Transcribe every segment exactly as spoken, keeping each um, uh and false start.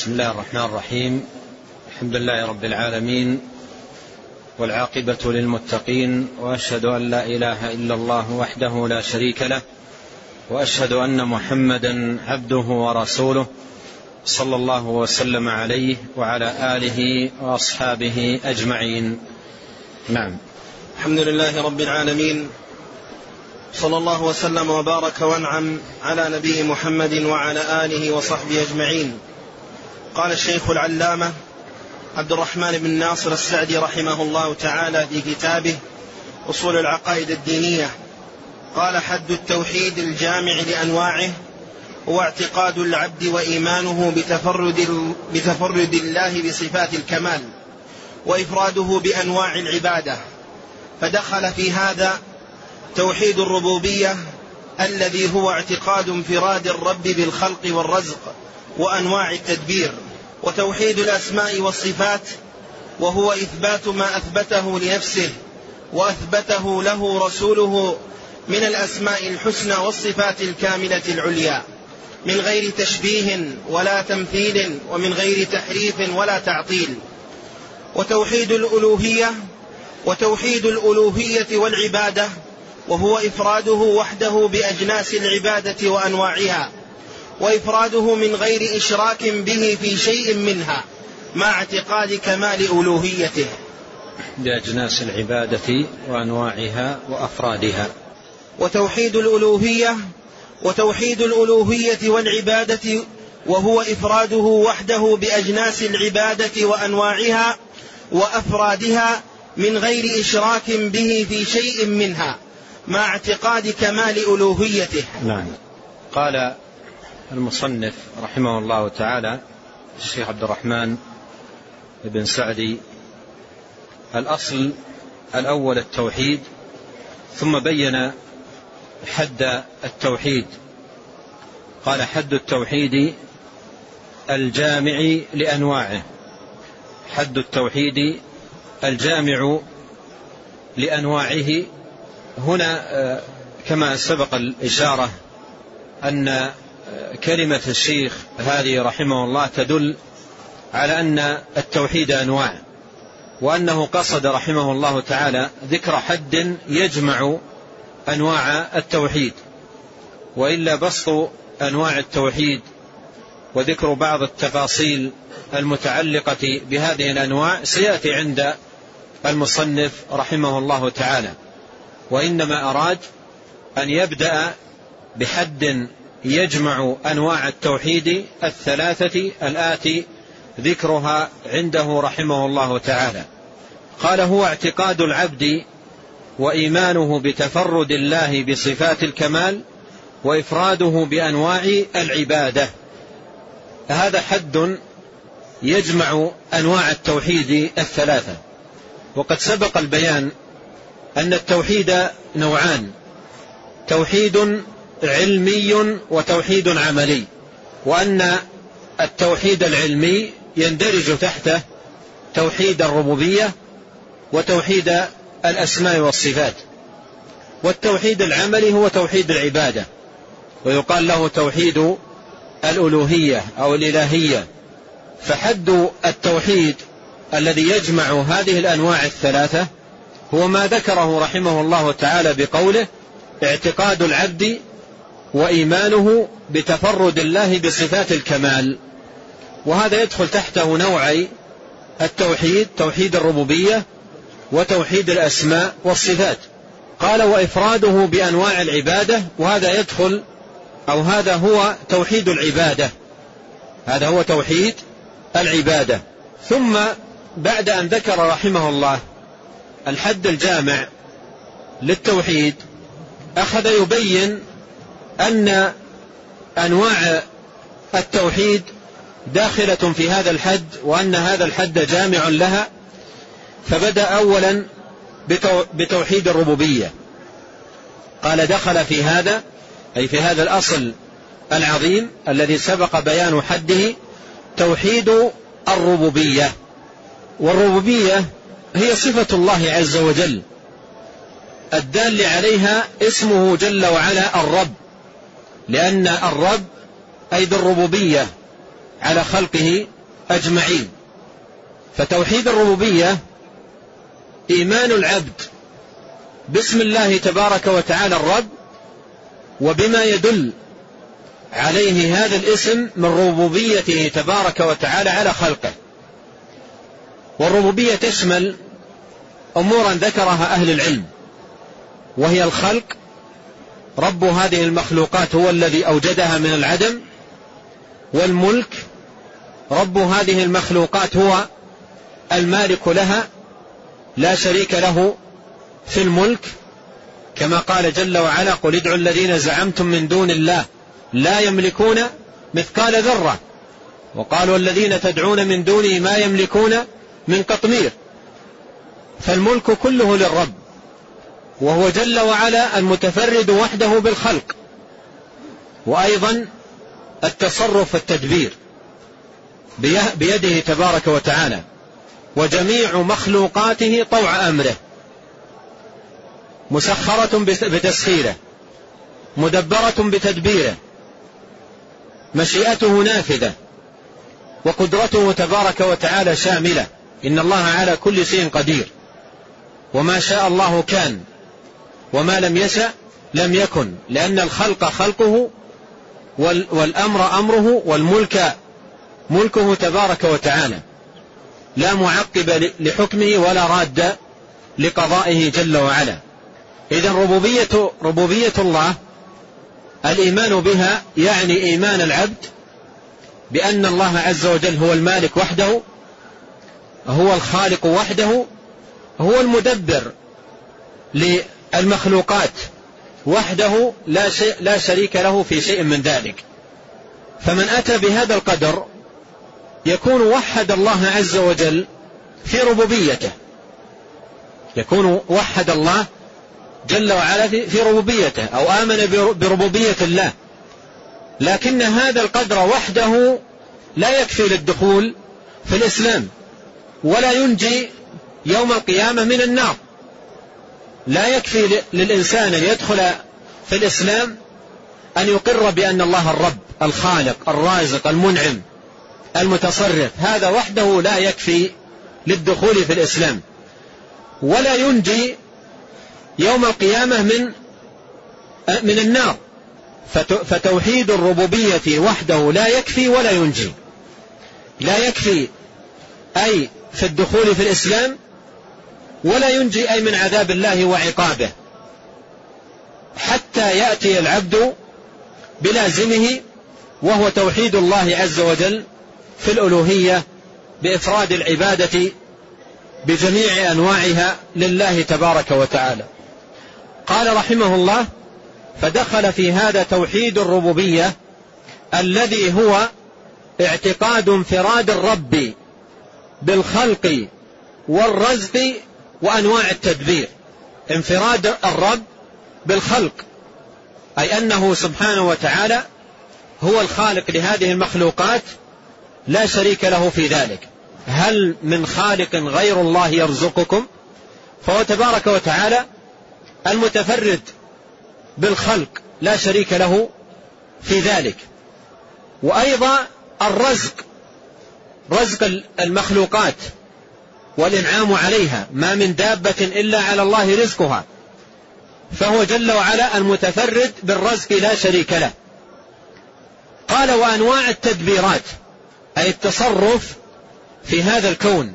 بسم الله الرحمن الرحيم. الحمد لله رب العالمين، والعاقبة للمتقين، وأشهد أن لا إله إلا الله وحده لا شريك له، وأشهد أن محمدا عبده ورسوله، صلى الله وسلم عليه وعلى آله وأصحابه أجمعين. نعم. الحمد لله رب العالمين، صلى الله وسلم وبارك وانعم على نبي محمد وعلى آله وصحبه أجمعين. قال الشيخ العلامة عبد الرحمن بن ناصر السعدي رحمه الله تعالى في كتابه أصول العقائد الدينية، قال: حد التوحيد الجامع لأنواعه هو اعتقاد العبد وإيمانه بتفرد, بتفرد الله بصفات الكمال وإفراده بأنواع العبادة، فدخل في هذا توحيد الربوبية الذي هو اعتقاد انفراد الرب بالخلق والرزق وأنواع التدبير، وتوحيد الأسماء والصفات وهو إثبات ما أثبته لنفسه وأثبته له رسوله من الأسماء الحسنى والصفات الكاملة العليا، من غير تشبيه ولا تمثيل ومن غير تحريف ولا تعطيل. وتوحيد الألوهية وتوحيد الألوهية والعبادة وهو إفراده وحده بأجناس العبادة وأنواعها، وإفراده من غير إشراك به في شيء منها، مع اعتقاد كمال ألوهيته. بأجناس العبادة وأنواعها وأفرادها. وتوحيد الألوهية وتوحيد الألوهية والعبادة وهو إفراده وحده بأجناس العبادة وأنواعها وأفرادها من غير إشراك به في شيء منها، مع اعتقاد كمال ألوهيته. نعم. قال المصنف رحمه الله تعالى الشيخ عبد الرحمن بن سعدي: الأصل الأول التوحيد، ثم بين حد التوحيد. قال: حد التوحيد الجامع لأنواعه. حد التوحيد الجامع لأنواعه. هنا كما سبق الإشارة أن كلمة الشيخ هذه رحمه الله تدل على أن التوحيد أنواع، وأنه قصد رحمه الله تعالى ذكر حد يجمع أنواع التوحيد، وإلا بسط أنواع التوحيد وذكر بعض التفاصيل المتعلقة بهذه الأنواع سيأتي عند المصنف رحمه الله تعالى، وإنما أراد أن يبدأ بحد يجمع أنواع التوحيد الثلاثة الآتي ذكرها عنده رحمه الله تعالى. قال: هو اعتقاد العبد وإيمانه بتفرد الله بصفات الكمال وإفراده بأنواع العبادة. هذا حد يجمع أنواع التوحيد الثلاثة. وقد سبق البيان أن التوحيد نوعان: توحيد علمي وتوحيد عملي، وأن التوحيد العلمي يندرج تحته توحيد الربوبية وتوحيد الأسماء والصفات، والتوحيد العملي هو توحيد العبادة، ويقال له توحيد الألوهية أو الإلهية. فحد التوحيد الذي يجمع هذه الأنواع الثلاثة هو ما ذكره رحمه الله تعالى بقوله: اعتقاد العبد وإيمانه بتفرد الله بصفات الكمال. وهذا يدخل تحته نوعي التوحيد: توحيد الربوبية وتوحيد الأسماء والصفات. قال: وإفراده بأنواع العبادة، وهذا يدخل أو هذا هو توحيد العبادة، هذا هو توحيد العبادة. ثم بعد أن ذكر رحمه الله الحد الجامع للتوحيد أخذ يبين أن أنواع التوحيد داخلة في هذا الحد، وأن هذا الحد جامع لها. فبدأ أولا بتوحيد الربوبية. قال: دخل في هذا أي في هذا الأصل العظيم الذي سبق بيان حده توحيد الربوبية. والربوبية هي صفة الله عز وجل الدال عليها اسمه جل وعلا الرب، لأن الرب أي بالربوبية على خلقه أجمعين. فتوحيد الربوبية إيمان العبد باسم الله تبارك وتعالى الرب وبما يدل عليه هذا الاسم من ربوبيته تبارك وتعالى على خلقه. والربوبية تشمل أمورا ذكرها أهل العلم، وهي الخلق، رب هذه المخلوقات هو الذي أوجدها من العدم، والملك، رب هذه المخلوقات هو المالك لها لا شريك له في الملك، كما قال جل وعلا: قل ادعوا الذين زعمتم من دون الله لا يملكون مثقال ذرة. وقالوا الذين تدعون من دونه ما يملكون من قطمير. فالملك كله للرب، وهو جل وعلا المتفرد وحده بالخلق، وأيضا التصرف والتدبير بيده تبارك وتعالى، وجميع مخلوقاته طوع أمره، مسخرة بتسخيره، مدبرة بتدبيره، مشيئته نافذة، وقدرته تبارك وتعالى شاملة. إن الله على كل شيء قدير، وما شاء الله كان، وما لم يشأ لم يكن، لأن الخلق خلقه، والأمر أمره، والملك ملكه تبارك وتعالى، لا معقب لحكمه ولا راد لقضائه جل وعلا. إذن ربوبية, ربوبية الله الإيمان بها يعني إيمان العبد بأن الله عز وجل هو المالك وحده، هو الخالق وحده، هو المدبر للمخلوقات وحده، لا, شيء لا شريك له في شيء من ذلك. فمن أتى بهذا القدر يكون وحد الله عز وجل في ربوبيته، يكون وحد الله جل وعلا في ربوبيته، أو آمن بربوبية الله. لكن هذا القدر وحده لا يكفي للدخول في الإسلام، ولا ينجي يوم القيامة من النار. لا يكفي للإنسان أن يدخل في الإسلام أن يقر بأن الله الرب الخالق الرازق المنعم المتصرف، هذا وحده لا يكفي للدخول في الإسلام، ولا ينجي يوم القيامة من من النار. فتوحيد الربوبية وحده لا يكفي ولا ينجي، لا يكفي أي في الدخول في الإسلام، ولا ينجي أي من عذاب الله وعقابه، حتى يأتي العبد بلازمه، وهو توحيد الله عز وجل في الألوهية بإفراد العبادة بجميع أنواعها لله تبارك وتعالى. قال رحمه الله: فدخل في هذا توحيد الربوبية الذي هو اعتقاد انفراد الرب بالخلق والرزق وأنواع التدبير. انفراد الرب بالخلق، أي أنه سبحانه وتعالى هو الخالق لهذه المخلوقات، لا شريك له في ذلك. هل من خالق غير الله يرزقكم؟ فهو تبارك وتعالى المتفرد بالخلق، لا شريك له في ذلك. وأيضا الرزق، رزق المخلوقات والإنعام عليها، ما من دابة إلا على الله رزقها، فهو جل وعلا المتفرد بالرزق لا شريك له. قال: وأنواع التدبيرات، أي التصرف في هذا الكون.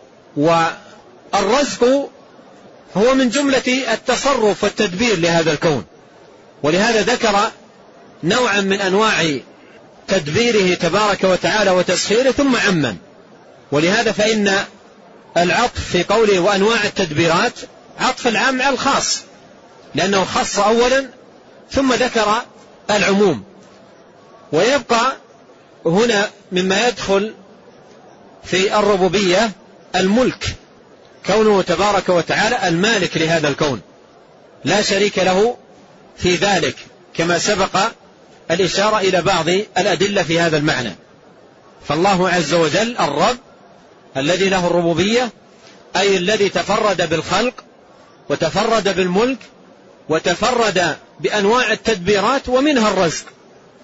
والرزق هو من جملة التصرف والتدبير لهذا الكون، ولهذا ذكر نوعا من أنواع تدبيره تبارك وتعالى وتسخيره ثم عمم. ولهذا فإن العطف في قوله وأنواع التدبيرات عطف العام على الخاص، لأنه خص أولا ثم ذكر العموم. ويبقى هنا مما يدخل في الربوبية الملك، كونه تبارك وتعالى المالك لهذا الكون، لا شريك له في ذلك، كما سبق الإشارة إلى بعض الأدلة في هذا المعنى. فالله عز وجل الرب الذي له الربوبية، أي الذي تفرد بالخلق وتفرد بالملك وتفرد بأنواع التدبيرات ومنها الرزق.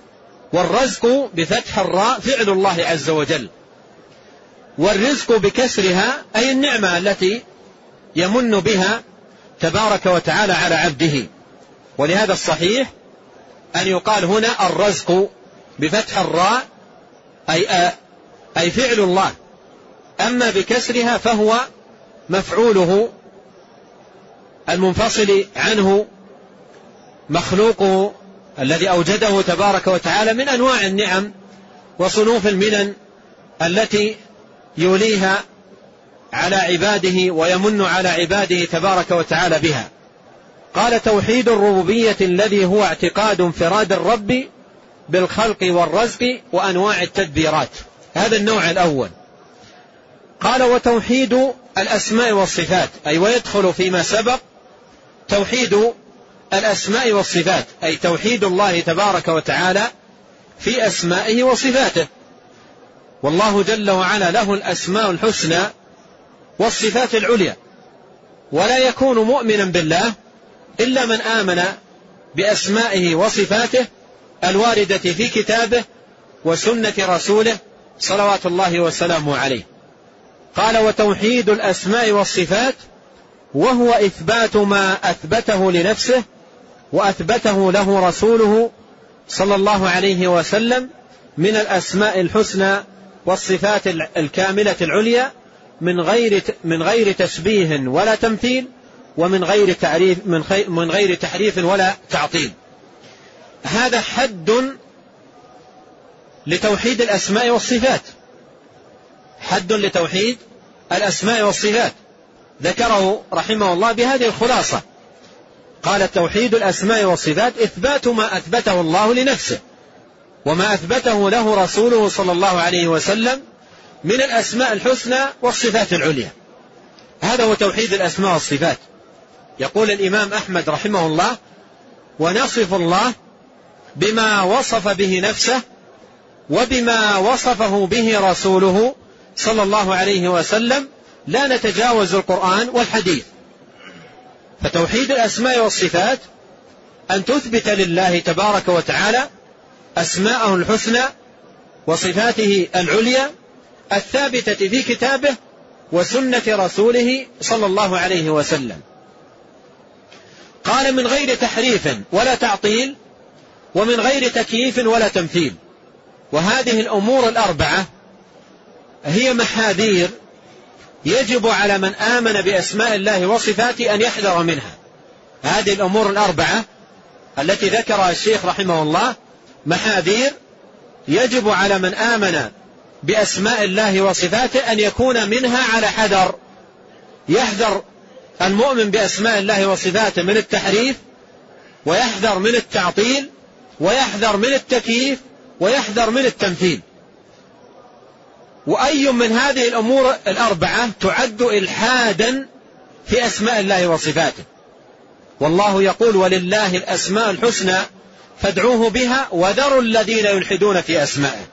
والرزق بفتح الراء فعل الله عز وجل، والرزق بكسرها أي النعمة التي يمن بها تبارك وتعالى على عبده. ولهذا الصحيح أن يقال هنا الرزق بفتح الراء أي, أي فعل الله، أما بكسرها فهو مفعوله المنفصل عنه مخلوقه الذي أوجده تبارك وتعالى من أنواع النعم وصنوف المنن التي يوليها على عباده ويمن على عباده تبارك وتعالى بها. قال توحيد الربوبية الذي هو اعتقاد انفراد الرب بالخلق والرزق وأنواع التدبيرات، هذا النوع الأول. قال وتوحيد الأسماء والصفات، أي ويدخل فيما سبق توحيد الأسماء والصفات، أي توحيد الله تبارك وتعالى في أسمائه وصفاته. والله جل وعلا له الأسماء الحسنى والصفات العليا، ولا يكون مؤمنا بالله إلا من آمن بأسمائه وصفاته الواردة في كتابه وسنة رسوله صلوات الله وسلامه عليه. قال وتوحيد الأسماء والصفات وهو إثبات ما أثبته لنفسه وأثبته له رسوله صلى الله عليه وسلم من الأسماء الحسنى والصفات الكاملة العليا من غير من غير تشبيه ولا تمثيل ومن غير تعريف من غير تحريف ولا تعطيل. هذا حد لتوحيد الأسماء والصفات، حد لتوحيد الأسماء والصفات ذكره رحمه الله بهذه الخلاصة. قال توحيد الأسماء والصفات إثبات ما أثبته الله لنفسه وما أثبته له رسوله صلى الله عليه وسلم من الأسماء الحسنى والصفات العليا، هذا هو توحيد الأسماء والصفات. يقول الإمام أحمد رحمه الله ونصف الله بما وصف به نفسه وبما وصفه به رسوله صلى الله عليه وسلم، لا نتجاوز القرآن والحديث. فتوحيد الأسماء والصفات أن تثبت لله تبارك وتعالى أسماءه الحسنى وصفاته العليا الثابتة في كتابه وسنة رسوله صلى الله عليه وسلم. قال من غير تحريف ولا تعطيل ومن غير تكييف ولا تمثيل. وهذه الأمور الأربعة هي محاذير يجب على من آمن بأسماء الله وصفاته أن يحذر منها. هذه الأمور الأربعة التي ذكرها الشيخ رحمه الله محاذير يجب على من آمن بأسماء الله وصفاته أن يكون منها على حذر. يحذر المؤمن بأسماء الله وصفاته من التحريف، ويحذر من التعطيل، ويحذر من التكييف، ويحذر من التمثيل. وأي من هذه الأمور الأربعة تعد إلحادا في أسماء الله وصفاته. والله يقول ولله الأسماء الحسنى فادعوه بها وذروا الذين يلحدون في أسمائه.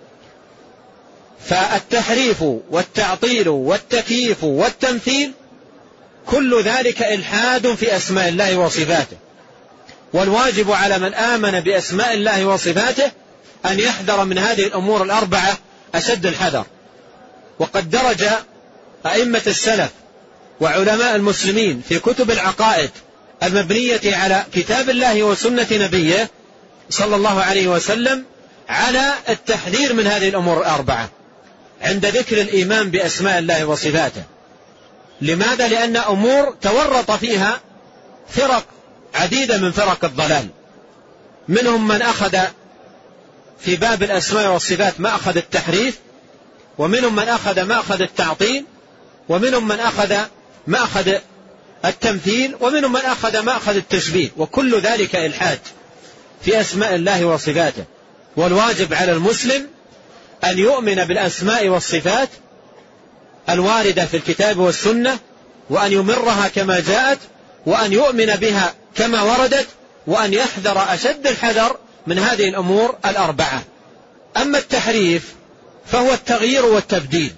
فالتحريف والتعطيل والتكييف والتمثيل كل ذلك إلحاد في أسماء الله وصفاته. والواجب على من آمن بأسماء الله وصفاته أن يحذر من هذه الأمور الأربعة أشد الحذر. وقد درج أئمة السلف وعلماء المسلمين في كتب العقائد المبنية على كتاب الله وسنة نبيه صلى الله عليه وسلم على التحذير من هذه الأمور الأربعة عند ذكر الإيمان بأسماء الله وصفاته. لماذا؟ لأن أمور تورط فيها فرق عديدة من فرق الضلال، منهم من أخذ في باب الأسماء والصفات ما أخذ التحريف، ومنهم من أخذ ما أخذ التعطيل، ومنهم من أخذ ما أخذ التمثيل، ومنهم من أخذ ما أخذ التشبيه، وكل ذلك إلحاد في أسماء الله وصفاته. والواجب على المسلم أن يؤمن بالأسماء والصفات الواردة في الكتاب والسنة، وأن يمرها كما جاءت، وأن يؤمن بها كما وردت، وأن يحذر أشد الحذر من هذه الأمور الأربعة. أما التحريف فهو التغيير والتبديل،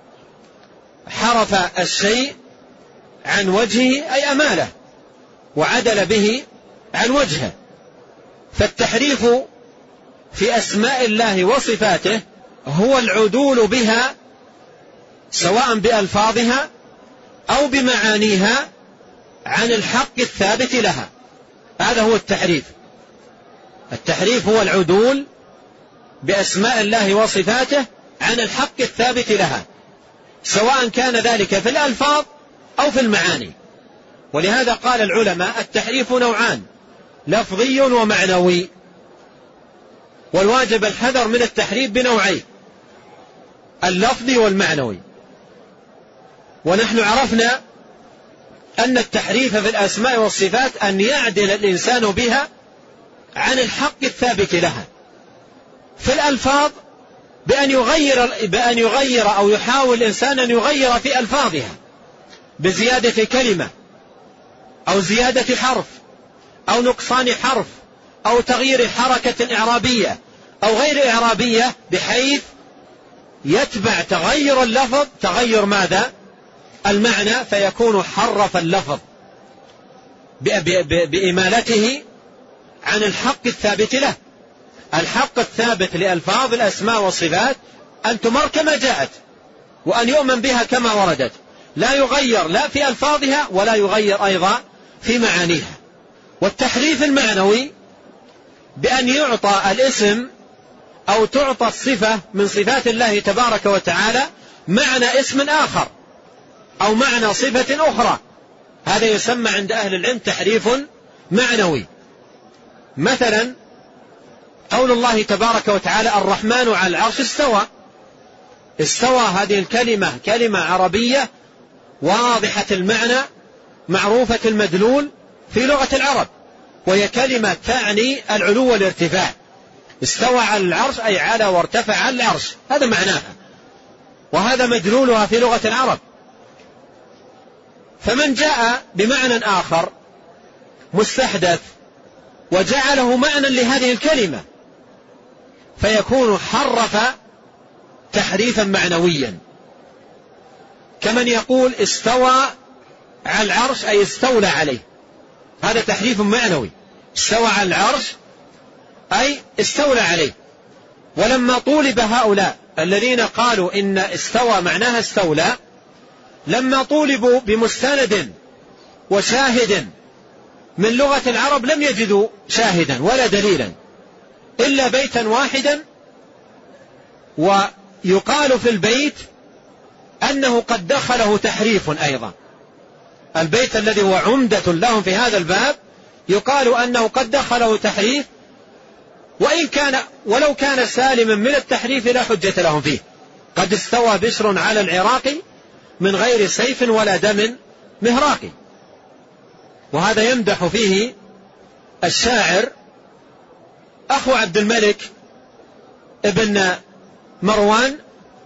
حرف الشيء عن وجهه أي أماله وعدل به عن وجهه. فالتحريف في أسماء الله وصفاته هو العدول بها سواء بألفاظها أو بمعانيها عن الحق الثابت لها. هذا هو التحريف. التحريف هو العدول بأسماء الله وصفاته عن الحق الثابت لها، سواء كان ذلك في الألفاظ أو في المعاني. ولهذا قال العلماء التحريف نوعان، لفظي ومعنوي، والواجب الحذر من التحريف بنوعين، اللفظي والمعنوي. ونحن عرفنا أن التحريف في الأسماء والصفات أن يعدل الإنسان بها عن الحق الثابت لها. في الألفاظ بأن يغير, بأن يغير أو يحاول الإنسان أن يغير في ألفاظها بزيادة كلمة أو زيادة حرف أو نقصان حرف أو تغيير حركة إعرابية أو غير إعرابية، بحيث يتبع تغير اللفظ تغير ماذا؟ المعنى، فيكون حرف اللفظ بإمالته عن الحق الثابت له. الحق الثابت لألفاظ الأسماء والصفات أن تمر كما جاءت وأن يؤمن بها كما وردت، لا يغير لا في ألفاظها ولا يغير أيضا في معانيها. والتحريف المعنوي بأن يعطى الاسم أو تعطى الصفة من صفات الله تبارك وتعالى معنى اسم آخر أو معنى صفة أخرى، هذا يسمى عند أهل العلم تحريف معنوي. مثلا قول الله تبارك وتعالى الرحمن على العرش استوى. استوى هذه الكلمة كلمة عربية واضحة المعنى معروفة المدلول في لغة العرب، وهي كلمة تعني العلو والارتفاع. استوى على العرش أي على وارتفع على العرش، هذا معناها، وهذا مدلولها في لغة العرب. فمن جاء بمعنى آخر مستحدث وجعله معنى لهذه الكلمة فيكون حرف تحريفا معنويا، كمن يقول استوى على العرش أي استولى عليه، هذا تحريف معنوي. استوى على العرش أي استولى عليه. ولما طولب هؤلاء الذين قالوا إن استوى معناها استولى، لما طولبوا بمستند وشاهد من لغة العرب لم يجدوا شاهدا ولا دليلا إلا بيتا واحدا، ويقال في البيت أنه قد دخله تحريف أيضا. البيت الذي هو عمدة لهم في هذا الباب يقال أنه قد دخله تحريف، وإن كان ولو كان سالما من التحريف لا حجة لهم فيه. قد استوى بشر على العراق من غير سيف ولا دم مهراق. وهذا يمدح فيه الشاعر أخو عبد الملك ابن مروان،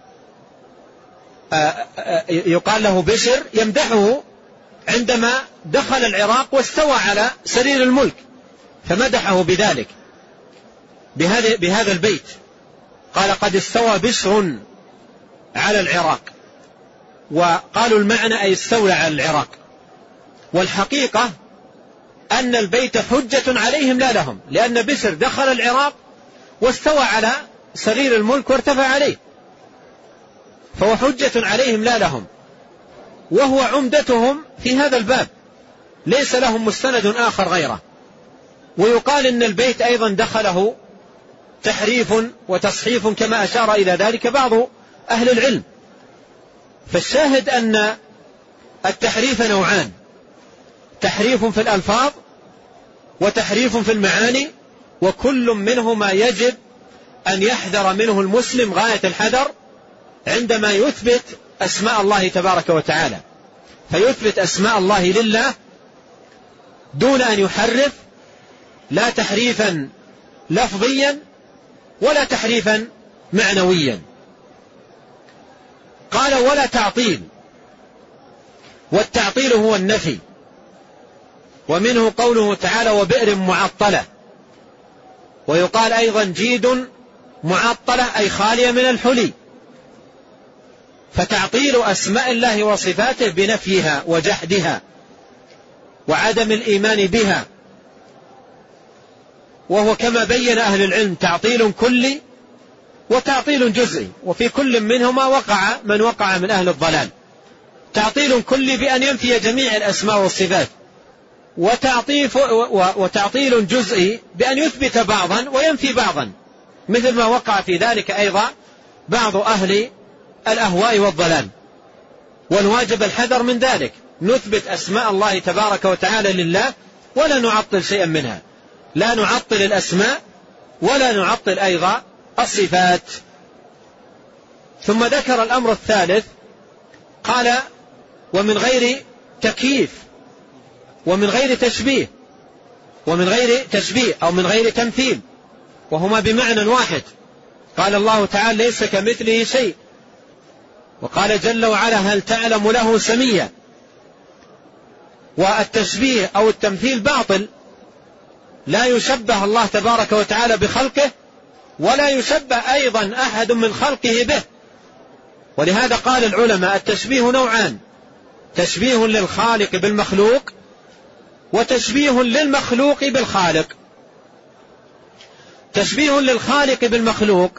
يقال له بشر، يمدحه عندما دخل العراق واستوى على سرير الملك، فمدحه بذلك بهذا, بهذا البيت. قال قد استوى بشر على العراق، وقالوا المعنى أي استولى على العراق. والحقيقة أن البيت حجة عليهم لا لهم، لأن بشر دخل العراق واستوى على سرير الملك وارتفع عليه، فهو حجة عليهم لا لهم، وهو عمدتهم في هذا الباب، ليس لهم مستند آخر غيره. ويقال إن البيت أيضا دخله تحريف وتصحيف كما أشار إلى ذلك بعض أهل العلم. فالشاهد أن التحريف نوعان، تحريف في الألفاظ وتحريف في المعاني، وكل منهما يجب أن يحذر منه المسلم غاية الحذر عندما يثبت أسماء الله تبارك وتعالى، فيثبت أسماء الله لله دون أن يحرف، لا تحريفا لفظيا ولا تحريفا معنويا. قال ولا تعطيل، والتعطيل هو النفي، ومنه قوله تعالى وبئر معطلة، ويقال أيضا جيد معطلة أي خالية من الحلي. فتعطيل أسماء الله وصفاته بنفيها وجحدها وعدم الإيمان بها وهو كما بين أهل العلم تعطيل كلي وتعطيل جزئي، وفي كل منهما وقع من وقع من أهل الضلال. تعطيل كلي بأن ينفي جميع الأسماء والصفات، وتعطيل جزئي بأن يثبت بعضا وينفي بعضا، مثل ما وقع في ذلك أيضا بعض أهل الأهواء والضلال. والواجب الحذر من ذلك، نثبت أسماء الله تبارك وتعالى لله ولا نعطل شيئا منها، لا نعطل الأسماء ولا نعطل أيضا الصفات. ثم ذكر الأمر الثالث، قال ومن غير تكييف ومن غير تشبيه، ومن غير تشبيه أو من غير تمثيل، وهما بمعنى واحد. قال الله تعالى ليس كمثله شيء، وقال جل وعلا هل تعلم له سميا. والتشبيه أو التمثيل باطل، لا يشبه الله تبارك وتعالى بخلقه ولا يشبه أيضا أحد من خلقه به. ولهذا قال العلماء التشبيه نوعان، تشبيه للخالق بالمخلوق وتشبيه للمخلوق بالخالق. تشبيه للخالق بالمخلوق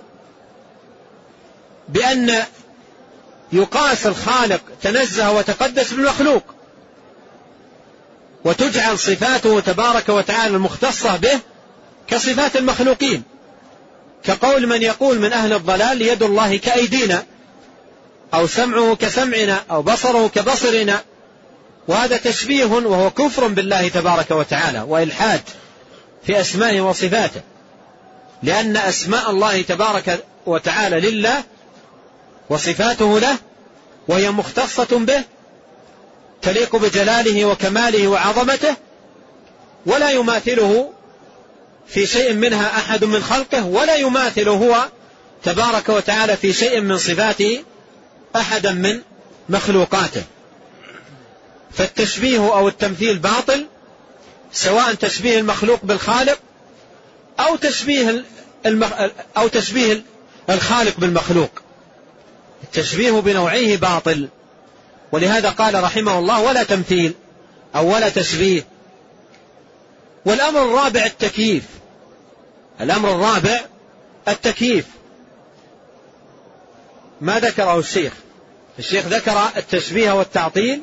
بأن يقاس الخالق تنزه وتقدس بالمخلوق، وتجعل صفاته تبارك وتعالى المختصة به كصفات المخلوقين، كقول من يقول من أهل الضلال يد الله كأيدينا، أو سمعه كسمعنا، أو بصره كبصرنا. وهذا تشبيه وهو كفر بالله تبارك وتعالى وإلحاد في أسمائه وصفاته، لأن أسماء الله تبارك وتعالى لله وصفاته له وهي مختصة به، تليق بجلاله وكماله وعظمته، ولا يماثله في شيء منها أحد من خلقه، ولا يماثله هو تبارك وتعالى في شيء من صفاته أحدا من مخلوقاته. فالتشبيه أو التمثيل باطل، سواء تشبيه المخلوق بالخالق أو تشبيه المخ... أو تشبيه الخالق بالمخلوق. التشبيه بنوعيه باطل، ولهذا قال رحمه الله ولا تمثيل أو ولا تشبيه. والأمر الرابع التكييف. الأمر الرابع التكييف. ما ذكره الشيخ؟ الشيخ ذكر التشبيه والتعطيل،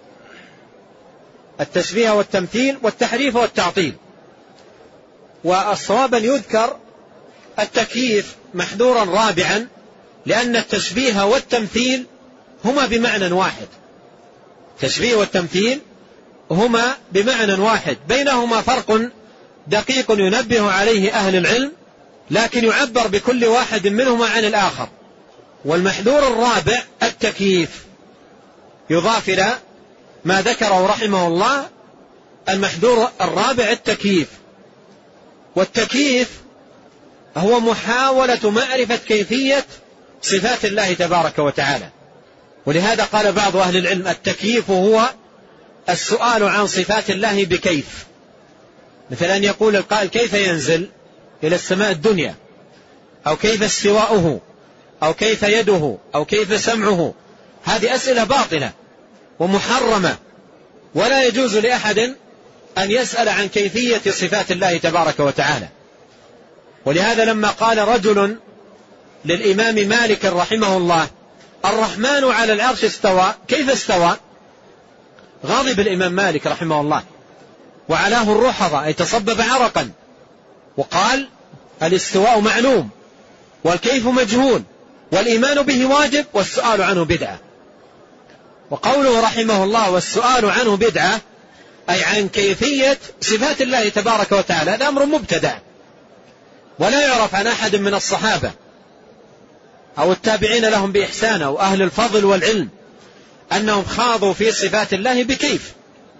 التشبيه والتمثيل والتحريف والتعطيل. والصواب أن يذكر التكييف محذورا رابعا، لأن التشبيه والتمثيل هما بمعنى واحد. التشبيه والتمثيل هما بمعنى واحد، بينهما فرق دقيق ينبه عليه أهل العلم، لكن يعبر بكل واحد منهما عن الآخر. والمحذور الرابع التكييف، يضاف إلى ما ذكره رحمه الله المحذور الرابع التكييف. والتكييف هو محاولة معرفة كيفية صفات الله تبارك وتعالى. ولهذا قال بعض أهل العلم التكييف هو السؤال عن صفات الله بكيف، مثل أن يقول القائل كيف ينزل إلى السماء الدنيا، أو كيف استواؤه، أو كيف يده، أو كيف سمعه. هذه أسئلة باطلة ومحرمة، ولا يجوز لأحد أن يسأل عن كيفية صفات الله تبارك وتعالى. ولهذا لما قال رجل للإمام مالك رحمه الله الرحمن على العرش استوى، كيف استوى؟ غاضب الإمام مالك رحمه الله وعلاه الرحضة أي تصبب عرقا، وقال الاستواء معلوم والكيف مجهول والإيمان به واجب والسؤال عنه بدعة. وقوله رحمه الله والسؤال عنه بدعة أي عن كيفية صفات الله تبارك وتعالى، هذا أمر مبتدع ولا يعرف عن أحد من الصحابة أو التابعين لهم بإحسان أو أهل الفضل والعلم أنهم خاضوا في صفات الله بكيف.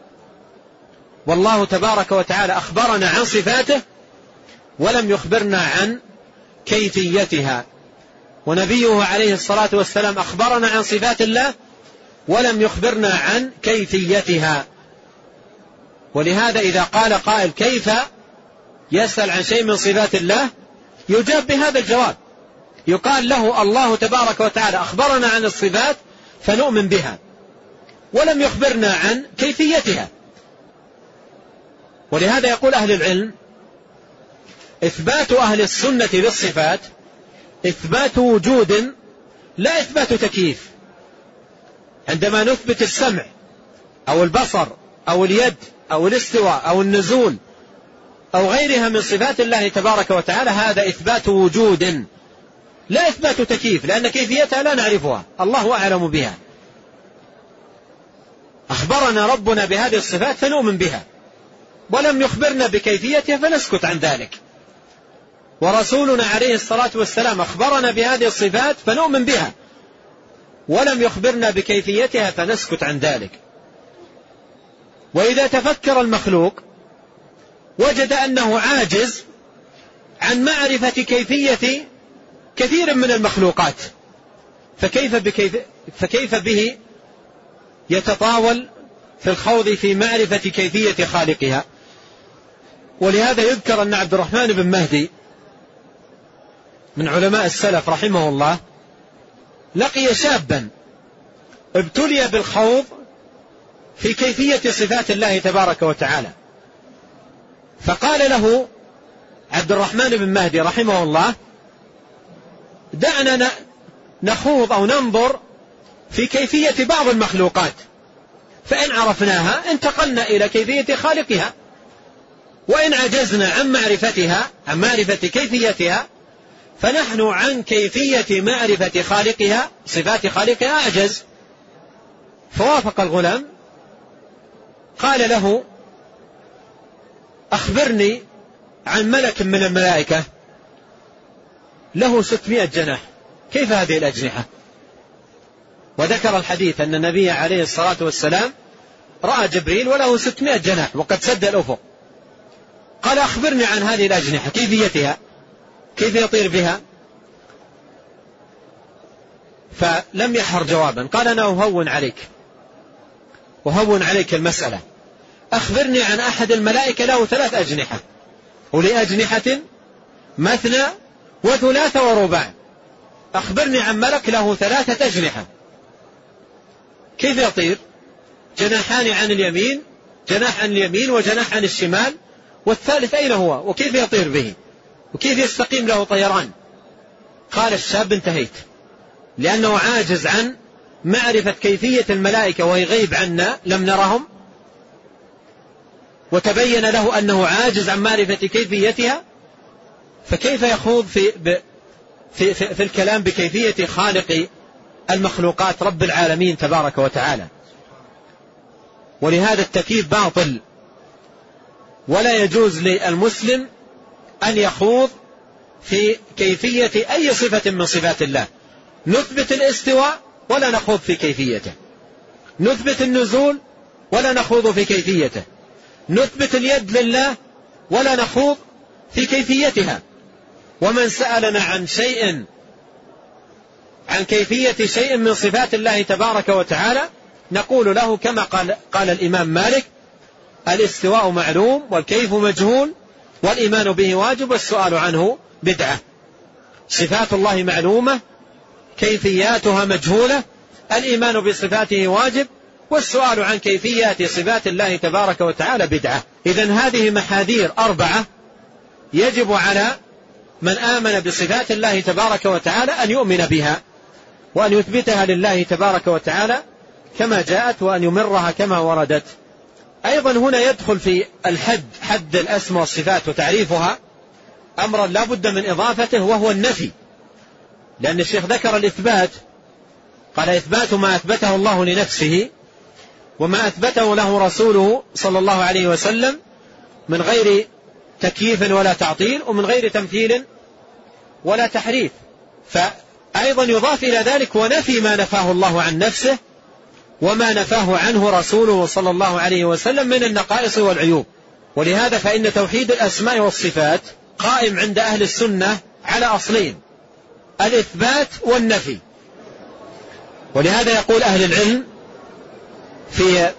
والله تبارك وتعالى أخبرنا عن صفاته ولم يخبرنا عن كيفيتها، ونبيه عليه الصلاة والسلام أخبرنا عن صفات الله ولم يخبرنا عن كيفيتها. ولهذا إذا قال قائل كيف يسأل عن شيء من صفات الله، يجاب بهذا الجواب، يقال له الله تبارك وتعالى أخبرنا عن الصفات فنؤمن بها ولم يخبرنا عن كيفيتها. ولهذا يقول أهل العلم إثبات أهل السنة للصفات إثبات وجود لا إثبات تكييف. عندما نثبت السمع أو البصر أو اليد أو الاستواء أو النزول أو غيرها من صفات الله تبارك وتعالى هذا إثبات وجود لا إثبات تكييف، لأن كيفيتها لا نعرفها، الله أعلم بها. أخبرنا ربنا بهذه الصفات فنؤمن بها، ولم يخبرنا بكيفيتها فنسكت عن ذلك. ورسولنا عليه الصلاة والسلام أخبرنا بهذه الصفات فنؤمن بها، ولم يخبرنا بكيفيتها فنسكت عن ذلك. وإذا تفكر المخلوق وجد أنه عاجز عن معرفة كيفية كثير من المخلوقات، فكيف, بكيف فكيف به يتطاول في الخوض في معرفة كيفية خالقها؟ ولهذا يذكر أن عبد الرحمن بن مهدي من علماء السلف رحمه الله لقي شابا ابتلي بالخوض في كيفية صفات الله تبارك وتعالى، فقال له عبد الرحمن بن مهدي رحمه الله: دعنا نخوض أو ننظر في كيفية بعض المخلوقات، فإن عرفناها انتقلنا إلى كيفية خالقها، وإن عجزنا عن معرفتها عن معرفة كيفيتها فنحن عن كيفية معرفة خالقها صفات خالقها أعجز. فوافق الغلام، قال له: أخبرني عن ملك من الملائكة له ستمائة جناح، كيف هذه الأجنحة؟ وذكر الحديث أن النبي عليه الصلاة والسلام رأى جبريل وله ستمائة جناح وقد سد الأفق. قال: أخبرني عن هذه الأجنحة، كيفيتها، كيف يطير بها؟ فلم يحر جوابا، قال: أنا أهون عليك وهون عليك المسألة، أخبرني عن أحد الملائكة له ثلاث أجنحة، ولأجنحة مثنى وثلاث ورباع، أخبرني عن ملك له ثلاثة أجنحة، كيف يطير؟ جناحان عن اليمين، جناح عن اليمين وجناح عن الشمال، والثالث أين هو؟ وكيف يطير به؟ وكيف يستقيم له طيران؟ قال الشاب: انتهيت، لأنه عاجز عن معرفة كيفية الملائكة وهي غيب عنا لم نرهم، وتبين له أنه عاجز عن معرفة كيفيتها، فكيف يخوض في, في, في, في الكلام بكيفية خالق المخلوقات رب العالمين تبارك وتعالى؟ ولهذا التكييف باطل، ولا يجوز للمسلم أن يخوض في كيفية أي صفة من صفات الله. نثبت الاستواء ولا نخوض في كيفيته، نثبت النزول ولا نخوض في كيفيته، نثبت اليد لله ولا نخوض في كيفيتها. ومن سألنا عن شيء عن كيفية شيء من صفات الله تبارك وتعالى نقول له كما قال, قال الإمام مالك: الاستواء معلوم والكيف مجهول والإيمان به واجب والسؤال عنه بدعة. صفات الله معلومة، كيفياتها مجهولة، الإيمان بصفاته واجب، والسؤال عن كيفيات صفات الله تبارك وتعالى بدعة. إذن هذه محاذير أربعة يجب على من آمن بصفات الله تبارك وتعالى أن يؤمن بها وأن يثبتها لله تبارك وتعالى كما جاءت وأن يمرها كما وردت. أيضا هنا يدخل في الحد حد الأسماء والصفات وتعريفها أمرا لا بد من إضافته، وهو النفي، لأن الشيخ ذكر الإثبات، قال: إثبات ما أثبته الله لنفسه وما أثبته له رسوله صلى الله عليه وسلم من غير تكييف ولا تعطيل ومن غير تمثيل ولا تحريف. فأيضا يضاف إلى ذلك ونفي ما نفاه الله عن نفسه وما نفاه عنه رسوله صلى الله عليه وسلم من النقائص والعيوب. ولهذا فإن توحيد الأسماء والصفات قائم عند أهل السنة على أصلين: الإثبات والنفي. ولهذا يقول أهل العلم في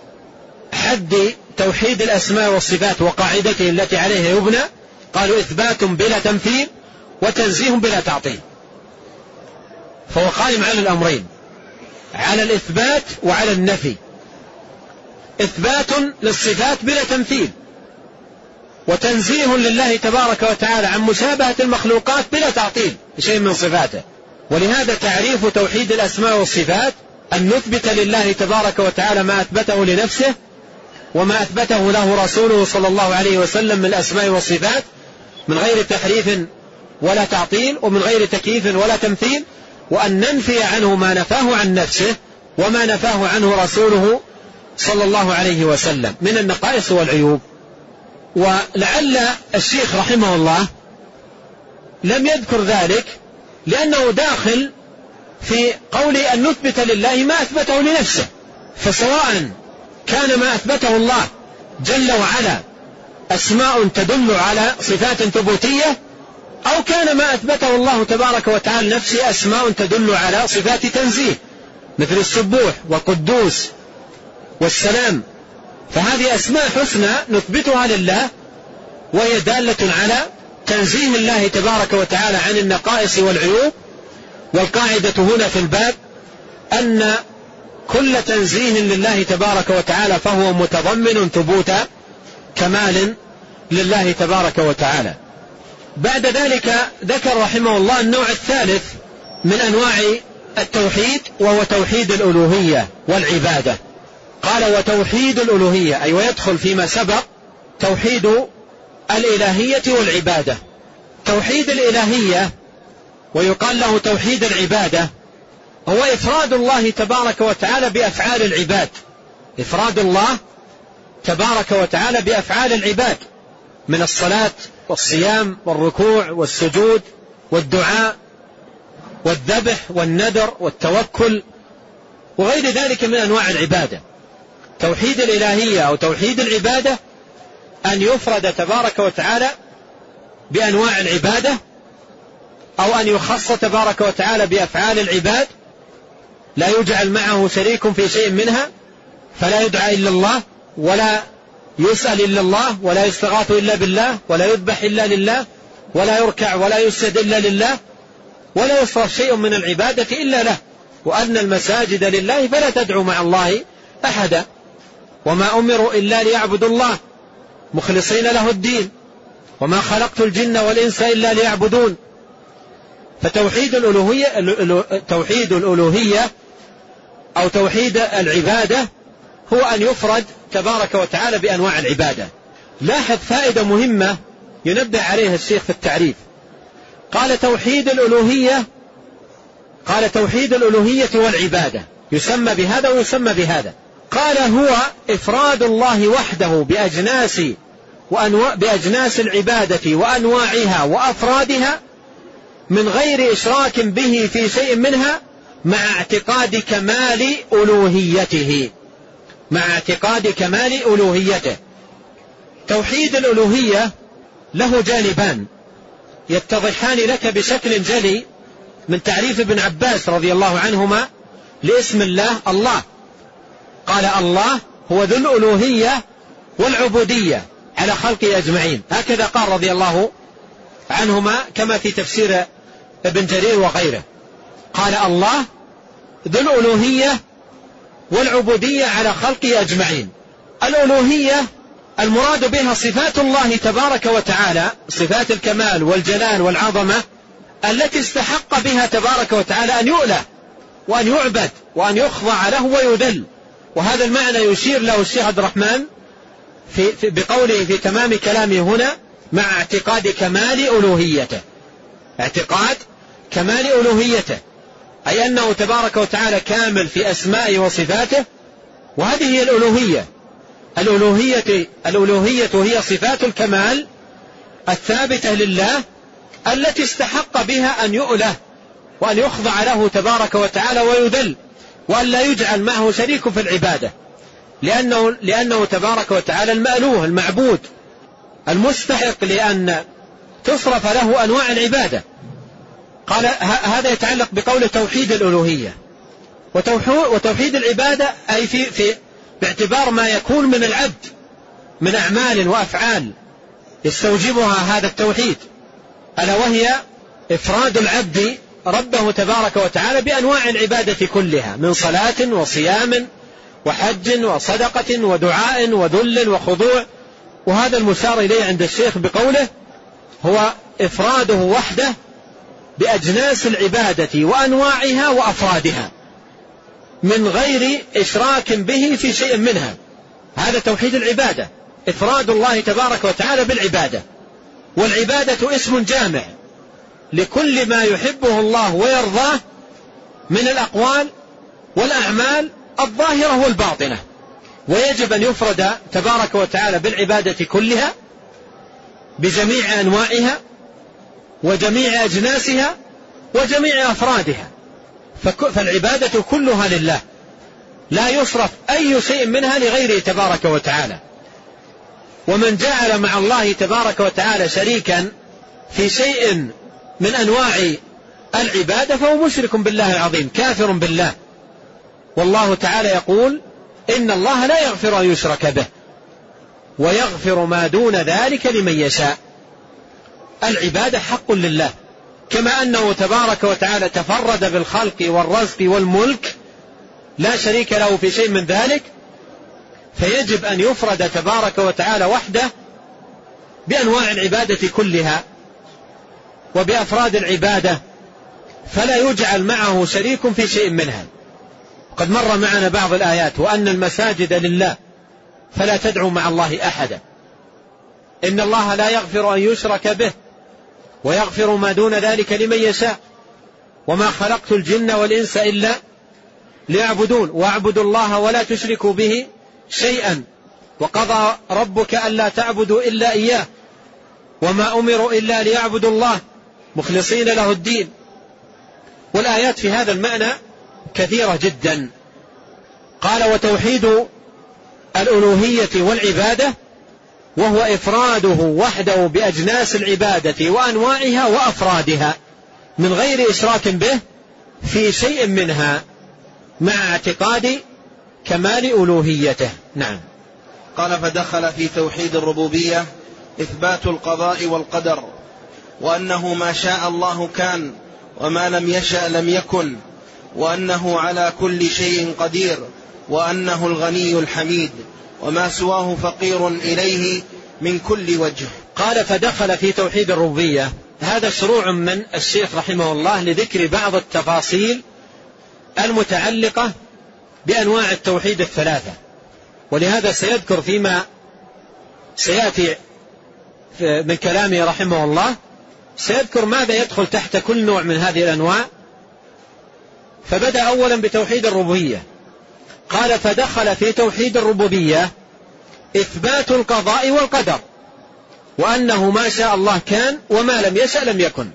حد توحيد الأسماء والصفات وقاعدته التي عليها يبنى، قالوا: إثبات بلا تمثيل وتنزيه بلا تعطيل. فهو قائم على الأمرين، على الإثبات وعلى النفي. إثبات للصفات بلا تمثيل، وتنزيه لله تبارك وتعالى عن مشابهة المخلوقات بلا تعطيل شيء من صفاته. ولهذا تعريف توحيد الأسماء والصفات أن نثبت لله تبارك وتعالى ما أثبته لنفسه وما أثبته له رسوله صلى الله عليه وسلم من الأسماء والصفات من غير تحريف ولا تعطيل ومن غير تكييف ولا تمثيل، وأن ننفي عنه ما نفاه عن نفسه وما نفاه عنه رسوله صلى الله عليه وسلم من النقائص والعيوب. ولعل الشيخ رحمه الله لم يذكر ذلك لأنه داخل في قول أن نثبت لله ما أثبته لنفسه، فسواء كان ما أثبته الله جل وعلا أسماء تدل على صفات ثبوتية، أو كان ما أثبته الله تبارك وتعالى نفسه أسماء تدل على صفات تنزيه مثل السبوح والقدوس والسلام، فهذه أسماء حسنى نثبتها لله وهي دالة على تنزيه الله تبارك وتعالى عن النقائص والعيوب. والقاعدة هنا في الباب أن كل تنزيه لله تبارك وتعالى فهو متضمن ثبوت كمال لله تبارك وتعالى. بعد ذلك ذكر رحمه الله النوع الثالث من أنواع التوحيد وهو توحيد الألوهية والعبادة. قال وتوحيد الألوهية أي ويدخل فيما سبق توحيد الإلهية والعبادة. توحيد الإلهية ويقال له توحيد العبادة هو إفراد الله تبارك وتعالى بأفعال العباد، إفراد الله تبارك وتعالى بأفعال العباد من الصلاة والصيام والركوع والسجود والدعاء والذبح والنذر والتوكل وغير ذلك من أنواع العبادة. توحيد الإلهية أو توحيد العبادة أن يفرد تبارك وتعالى بأنواع العبادة، أو أن يخص تبارك وتعالى بأفعال العباد لا يجعل معه شريك في شيء منها، فلا يدعى إلا الله ولا يسأل إلا الله ولا يستغاث إلا بالله ولا يذبح إلا لله ولا يركع ولا يسجد إلا لله ولا يصرف شيء من العبادة إلا له، وأن المساجد لله فلا تدعو مع الله أحدا، وما أمروا إلا ليعبدوا الله مخلصين له الدين وما خلقت الجن والإنس إلا ليعبدون. فتوحيد الألوهية توحيد الألوهية أو توحيد العبادة هو أن يفرد تبارك وتعالى بأنواع العبادة. لاحظ فائدة مهمة ينبه عليها الشيخ في التعريف. قال توحيد الألوهية قال توحيد الألوهية والعبادة يسمى بهذا ويسمى بهذا. قال هو إفراد الله وحده بأجناس وأنواع بأجناس العبادة وأنواعها وأفرادها من غير إشراك به في شيء منها مع اعتقاد كمال ألوهيته مع اعتقاد كمال ألوهيته. توحيد الألوهية له جانبان يتضحان لك بشكل جلي من تعريف ابن عباس رضي الله عنهما لاسم الله الله. قال الله هو ذو الألوهية والعبودية على خلقه أجمعين، هكذا قال رضي الله عنهما كما في تفسير ابن جرير وغيره. قال الله ذو الألوهية والعبودية على خلقه أجمعين. الألوهية المراد بها صفات الله تبارك وتعالى، صفات الكمال والجلال والعظمة التي استحق بها تبارك وتعالى أن يؤله وأن يعبد وأن يخضع له ويذل. وهذا المعنى يشير له الشيخ عبد الرحمن في في بقوله في تمام كلامه هنا مع اعتقاد كمال ألوهيته، اعتقاد كمال ألوهيته أي أنه تبارك وتعالى كامل في أسمائه وصفاته، وهذه هي الألوهية. الألوهية الألوهية هي صفات الكمال الثابتة لله التي استحق بها أن يؤله وأن يخضع له تبارك وتعالى ويذل، وأن لا يجعل معه شريك في العبادة، لأنه, لأنه تبارك وتعالى المألوه المعبود المستحق لأن تصرف له أنواع العبادة. قال هذا يتعلق بقول توحيد الألوهية. وتوحيد العبادة أي في, في باعتبار ما يكون من العبد من أعمال وأفعال يستوجبها هذا التوحيد، ألا وهي إفراد العبد ربه تبارك وتعالى بأنواع العبادة كلها من صلاة وصيام وحج وصدقة ودعاء وذل وخضوع وهذا المشار إليه عند الشيخ بقوله هو إفراده وحده بأجناس العبادة وأنواعها وأفرادها من غير إشراك به في شيء منها. هذا توحيد العبادة، إفراد الله تبارك وتعالى بالعبادة. والعبادة اسم جامع لكل ما يحبه الله ويرضاه من الأقوال والأعمال الظاهرة والباطنة، ويجب أن يفرد تبارك وتعالى بالعبادة كلها بجميع أنواعها وجميع أجناسها وجميع أفرادها. فالعبادة كلها لله، لا يصرف أي شيء منها لغيره تبارك وتعالى. ومن جعل مع الله تبارك وتعالى شريكا في شيء من أنواع العبادة فهو مشرك بالله العظيم، كافر بالله. والله تعالى يقول إن الله لا يغفر أن يشرك به ويغفر ما دون ذلك لمن يشاء. العبادة حق لله، كما أنه تبارك وتعالى تفرد بالخلق والرزق والملك لا شريك له في شيء من ذلك، فيجب أن يفرد تبارك وتعالى وحده بأنواع العبادة كلها وبأفراد العبادة، فلا يجعل معه شريك في شيء منها. قد مر معنا بعض الآيات وأن المساجد لله فلا تدعوا مع الله أحدا، إن الله لا يغفر أن يشرك به ويغفر ما دون ذلك لمن يشاء، وما خلقت الجن والإنس إلا ليعبدون واعبدوا الله ولا تشركوا به شيئا وقضى ربك ألا تعبدوا إلا إياه وما أمروا إلا ليعبدوا الله مخلصين له الدين. والآيات في هذا المعنى كثيرة جدا. قال وتوحيد الألوهية والعبادة وهو إفراده وحده بأجناس العبادة وأنواعها وأفرادها من غير إشراك به في شيء منها مع اعتقاد كمال ألوهيته. نعم. قال فدخل في توحيد الربوبية إثبات القضاء والقدر، وأنه ما شاء الله كان وما لم يشأ لم يكن، وأنه على كل شيء قدير، وأنه الغني الحميد وما سواه فقير إليه من كل وجه. قال فدخل في توحيد الربوبية، هذا شروع من الشيخ رحمه الله لذكر بعض التفاصيل المتعلقة بأنواع التوحيد الثلاثة، ولهذا سيذكر فيما سيأتي من كلامه رحمه الله سيذكر ماذا يدخل تحت كل نوع من هذه الأنواع. فبدأ أولا بتوحيد الربوبية، قال فدخل في توحيد الربوبية إثبات القضاء والقدر، وأنه ما شاء الله كان وما لم يشأ لم يكن.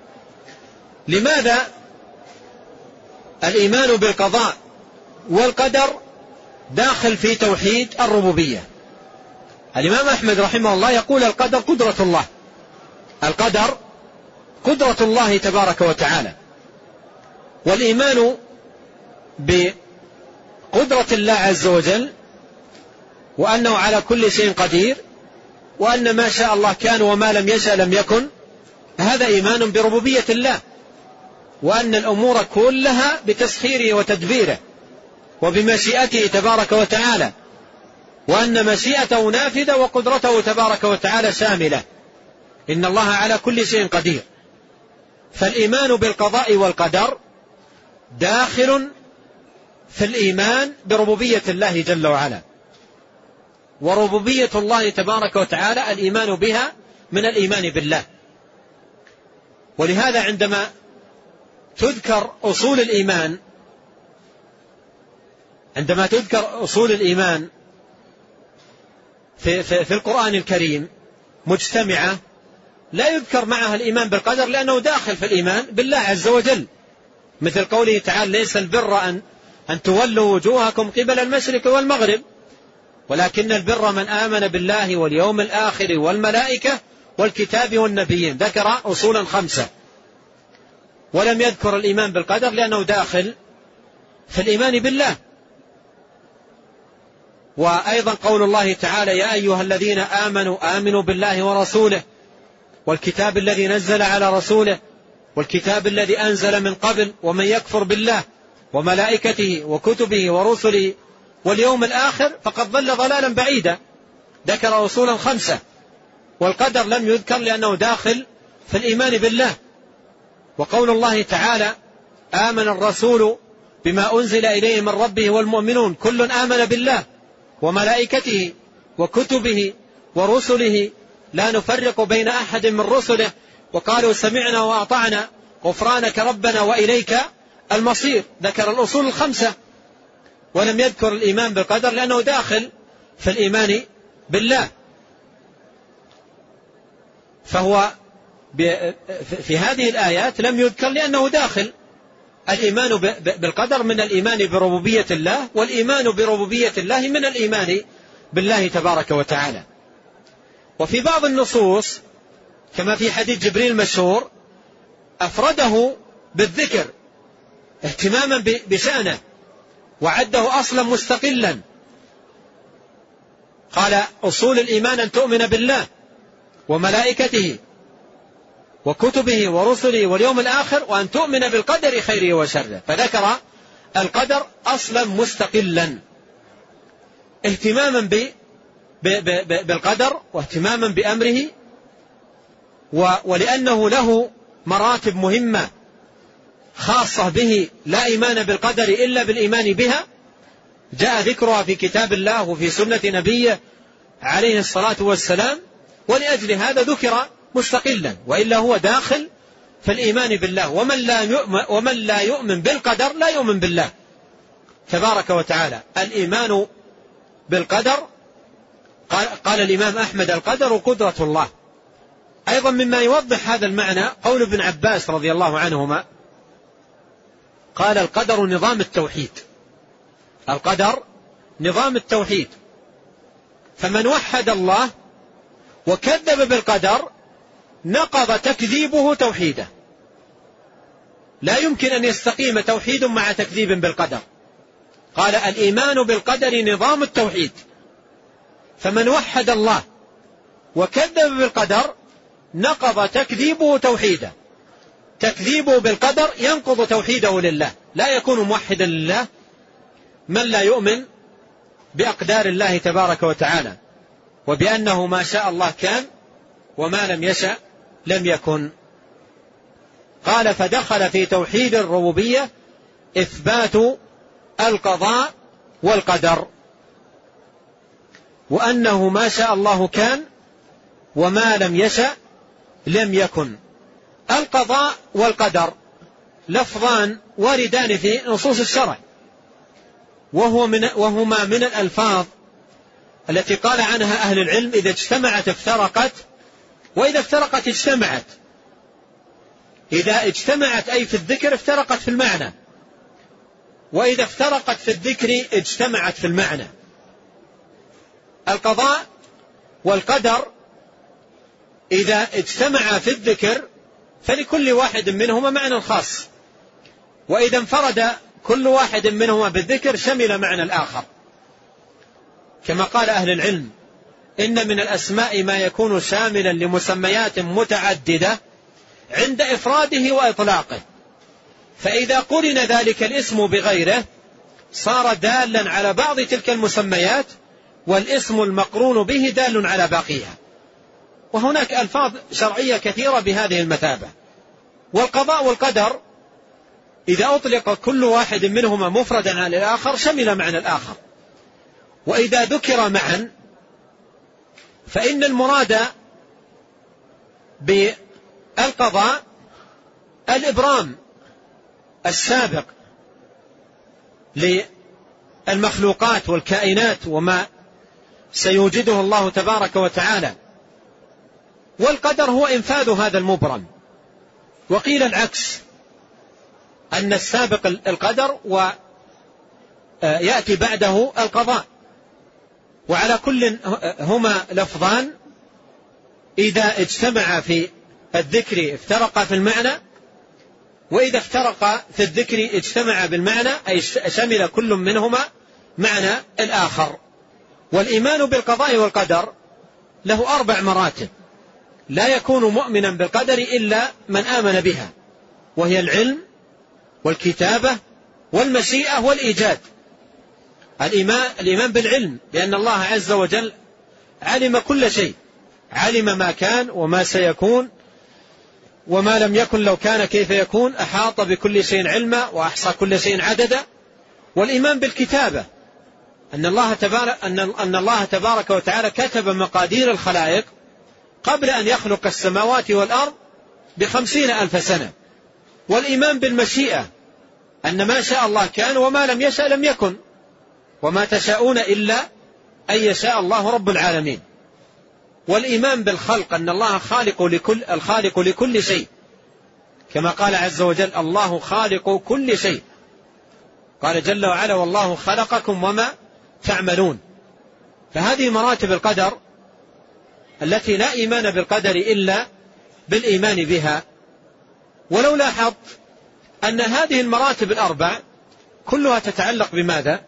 لماذا الإيمان بالقضاء والقدر داخل في توحيد الربوبية؟ الإمام أحمد رحمه الله يقول القدر قدرة الله، القدر قدرة الله تبارك وتعالى، والإيمان بقدرة الله عز وجل وأنه على كل شيء قدير، وأن ما شاء الله كان وما لم يشأ لم يكن، هذا إيمان بربوبية الله، وأن الأمور كلها بتسخيره وتدبيره وبمشيئته تبارك وتعالى، وأن مشيئته نافذة وقدرته تبارك وتعالى شاملة، إن الله على كل شيء قدير. فالإيمان بالقضاء والقدر داخل في الإيمان بربوبية الله جل وعلا، وربوبية الله تبارك وتعالى الإيمان بها من الإيمان بالله. ولهذا عندما تذكر أصول الإيمان عندما تذكر أصول الإيمان في, في, في القرآن الكريم مجتمعة لا يذكر معها الإيمان بالقدر، لأنه داخل في الإيمان بالله عز وجل، مثل قوله تعالى ليس البر أن, أن تولوا وجوهكم قبل المشرق والمغرب، ولكن البر من آمن بالله واليوم الآخر والملائكة والكتاب والنبيين. ذكر أصولا خمسة ولم يذكر الإيمان بالقدر لأنه داخل في الإيمان بالله. وأيضا قول الله تعالى يا أيها الذين آمنوا آمنوا بالله ورسوله والكتاب الذي نزل على رسوله والكتاب الذي أنزل من قبل، ومن يكفر بالله وملائكته وكتبه ورسله واليوم الآخر فقد ضل ضلالا بعيدا. ذكر أصولا خمسة، والقدر لم يذكر لأنه داخل في الإيمان بالله. وقول الله تعالى: آمن الرسول بما أنزل إليه من ربه والمؤمنون كل آمن بالله وملائكته وكتبه ورسله لا نفرق بين أحد من رسله وقالوا سمعنا وأطعنا غفرانك ربنا وإليك المصير. ذكر الأصول الخمسة ولم يذكر الإيمان بالقدر لأنه داخل في الإيمان بالله. فهو في هذه الآيات لم يذكر لأنه داخل الإيمان بالقدر من الإيمان بربوبية الله، والإيمان بربوبية الله من الإيمان بالله تبارك وتعالى. وفي بعض النصوص كما في حديث جبريل المشهور أفرده بالذكر اهتماما بشأنه وعده أصلا مستقلا. قال: أصول الإيمان أن تؤمن بالله وملائكته وكتبه ورسله واليوم الآخر وأن تؤمن بالقدر خيره وشره. فذكر القدر أصلا مستقلا اهتماما ب بالقدر واهتماما بأمره، ولأنه له مراتب مهمة خاصة به لا إيمان بالقدر إلا بالإيمان بها، جاء ذكرها في كتاب الله وفي سنة نبيه عليه الصلاة والسلام، ولأجل هذا ذكر مستقلا، وإلا هو داخل في الإيمان بالله. ومن لا يؤمن, ومن لا يؤمن بالقدر لا يؤمن بالله تبارك وتعالى. الإيمان بالقدر قال, قال الإمام أحمد: القدر قدرة الله. أيضا مما يوضح هذا المعنى قول ابن عباس رضي الله عنهما قال: القدر نظام التوحيد. القدر نظام التوحيد، فمن وحد الله وكذب بالقدر نقض تكذيبه توحيده. لا يمكن أن يستقيم توحيد مع تكذيب بالقدر. قال: الإيمان بالقدر نظام التوحيد، فمن وحد الله وكذب بالقدر نقض تكذيبه توحيده. تكذيبه بالقدر ينقض توحيده لله، لا يكون موحدا لله من لا يؤمن بأقدار الله تبارك وتعالى، وبأنه ما شاء الله كان وما لم يشأ لم يكن. قال: فدخل في توحيد الربوبية إثبات القضاء والقدر، وأنه ما شاء الله كان وما لم يشأ لم يكن. القضاء والقدر لفظان واردان في نصوص الشرع، وهو من وهما من الألفاظ التي قال عنها أهل العلم: إذا اجتمعت افترقت، وإذا افترقت اجتمعت. إذا اجتمعت أي في الذكر افترقت في المعنى، وإذا افترقت في الذكر اجتمعت في المعنى. القضاء والقدر إذا اجتمع في الذكر فلكل واحد منهما معنى خاص، وإذا انفرد كل واحد منهما بالذكر شمل معنى الآخر. كما قال أهل العلم: إن من الأسماء ما يكون شاملا لمسميات متعددة عند إفراده وإطلاقه، فإذا قرن ذلك الاسم بغيره صار دالا على بعض تلك المسميات، والاسم المقرون به دال على باقيها. وهناك ألفاظ شرعية كثيرة بهذه المثابة. والقضاء والقدر إذا أطلق كل واحد منهما مفردا عن الآخر شمل معنى الآخر، وإذا ذكر معا فإن المراد بالقضاء الإبرام السابق للمخلوقات والكائنات وما سيوجده الله تبارك وتعالى، والقدر هو إنفاذ هذا المبرم. وقيل العكس، أن السابق القدر ويأتي بعده القضاء. وعلى كل هما لفظان إذا اجتمع في الذكر افترق في المعنى، وإذا افترق في الذكر اجتمع بالمعنى، أي شمل كل منهما معنى الآخر. والإيمان بالقضاء والقدر له أربع مراتب، لا يكون مؤمنا بالقدر إلا من آمن بها، وهي العلم والكتابة والمشيئة والإيجاد. الإيمان, الإيمان بالعلم، لأن الله عز وجل علم كل شيء، علم ما كان وما سيكون وما لم يكن لو كان كيف يكون، أحاط بكل شيء علما وأحصى كل شيء عددا. والإيمان بالكتابة، أن الله تبارك, أن, أن الله تبارك وتعالى كتب مقادير الخلائق قبل أن يخلق السماوات والأرض بخمسين ألف سنة. والإيمان بالمشيئة، أن ما شاء الله كان وما لم يشأ لم يكن، وما تشاءون إلا أن يشاء الله رب العالمين. والإيمان بالخلق، أن الله خالق لكل الخالق لكل شيء، كما قال عز وجل الله خالق كل شيء، قال جل وعلا والله خلقكم وما تعملون. فهذه مراتب القدر التي لا إيمان بالقدر إلا بالإيمان بها. ولو لاحظت أن هذه المراتب الأربع كلها تتعلق بماذا؟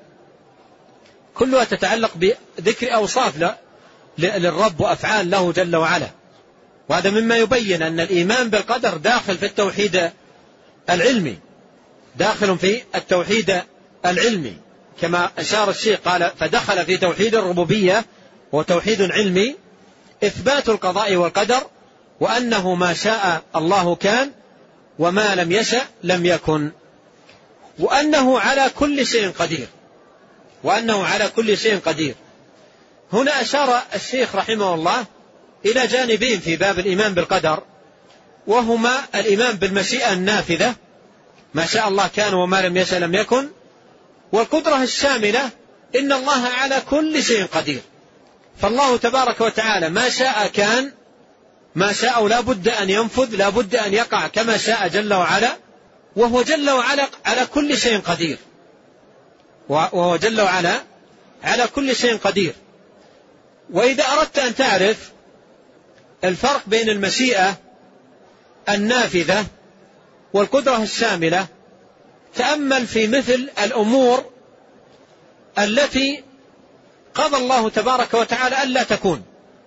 كلها تتعلق بذكر أوصاف للرب وأفعال له جل وعلا. وهذا مما يبين أن الإيمان بالقدر داخل في التوحيد العلمي، داخل في التوحيد العلمي كما أشار الشيخ، قال فدخل في توحيد الربوبية وتوحيد علمي، إثبات القضاء والقدر، وأنه ما شاء الله كان وما لم يشأ لم يكن، وأنه على كل شيء قدير، وأنه على كل شيء قدير. هنا أشار الشيخ رحمه الله إلى جانبين في باب الإيمان بالقدر، وهما الإيمان بالمشيئة النافذة، ما شاء الله كان وما لم يشأ لم يكن، والقدرة الشاملة، إن الله على كل شيء قدير. فالله تبارك وتعالى ما شاء كان، ما شاء لا بد أن ينفذ، لا بد أن يقع كما شاء جل وعلا، وهو جل وعلا على كل شيء قدير، وهو جل وعلا على كل شيء قدير. وإذا أردت أن تعرف الفرق بين المشيئة النافذة والقدرة الشاملة، تأمل في مثل الأمور التي قضى الله تبارك وتعالى ألا تكون،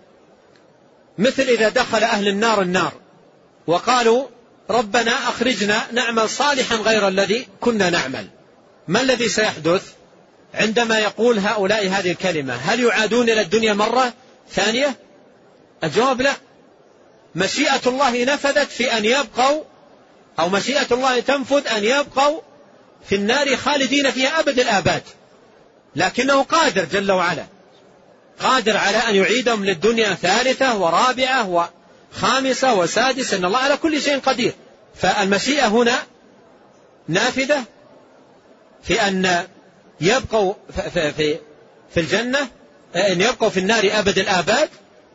مثل إذا دخل أهل النار النار وقالوا ربنا أخرجنا نعمل صالحا غير الذي كنا نعمل، ما الذي سيحدث عندما يقول هؤلاء هذه الكلمة؟ هل يعادون إلى الدنيا مرة ثانية؟ الجواب لا. مشيئة الله نفذت في أن يبقوا، أو مشيئة الله تنفذ أن يبقوا في النار خالدين فيها أبد الآباد، لكنه قادر جل وعلا، قادر على أن يعيدهم للدنيا ثالثة ورابعة وخامسة وسادسة، إن الله على كل شيء قدير. فالمشيئة هنا نافذة في أن يبقوا في, في, في الجنة، أن يبقوا في النار أبد الآباد،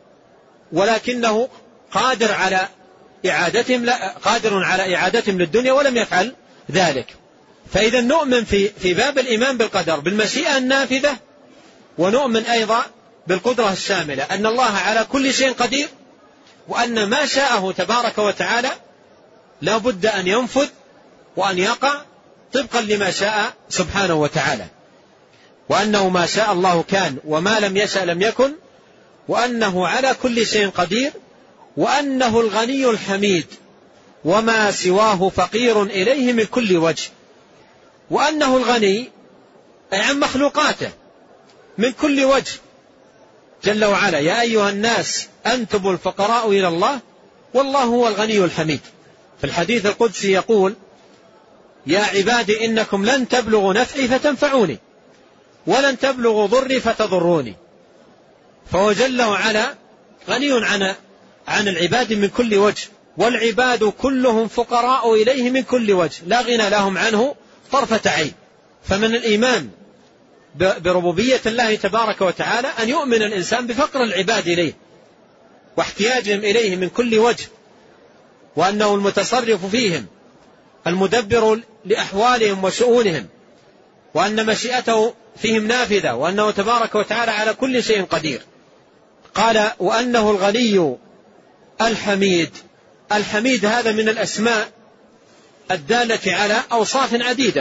ولكنه قادر على إعادتهم، لا قادر على إعادتهم للدنيا ولم يفعل ذلك. فإذا نؤمن في, في باب الإيمان بالقدر بالمشيئة النافذة، ونؤمن أيضا بالقدرة الشاملة، أن الله على كل شيء قدير، وأن ما شاءه تبارك وتعالى لا بد أن ينفذ وأن يقع طبقا لما شاء سبحانه وتعالى، وأنه ما شاء الله كان وما لم يشأ لم يكن، وأنه على كل شيء قدير، وأنه الغني الحميد وما سواه فقير إليه من كل وجه، وأنه الغني أي عن مخلوقاته من كل وجه جل وعلا، يا أيها الناس أنتم الفقراء إلى الله والله هو الغني الحميد. في الحديث القدسي يقول يا عبادي إنكم لن تبلغوا نفعي فتنفعوني ولن تبلغوا ضري فتضروني. فهو جل وعلا غني عن عن العباد من كل وجه، والعباد كلهم فقراء إليه من كل وجه، لا غنى لهم عنه طرفة عين. فمن الإيمان بربوبية الله تبارك وتعالى أن يؤمن الإنسان بفقر العباد إليه واحتياجهم إليه من كل وجه، وأنه المتصرف فيهم المدبر لأحوالهم وشؤونهم، وأن مشيئته فيهم نافذة، وأنه تبارك وتعالى على كل شيء قدير. قال وأنه الغني الحميد. الحميد هذا من الأسماء الدالة على أوصاف عديدة،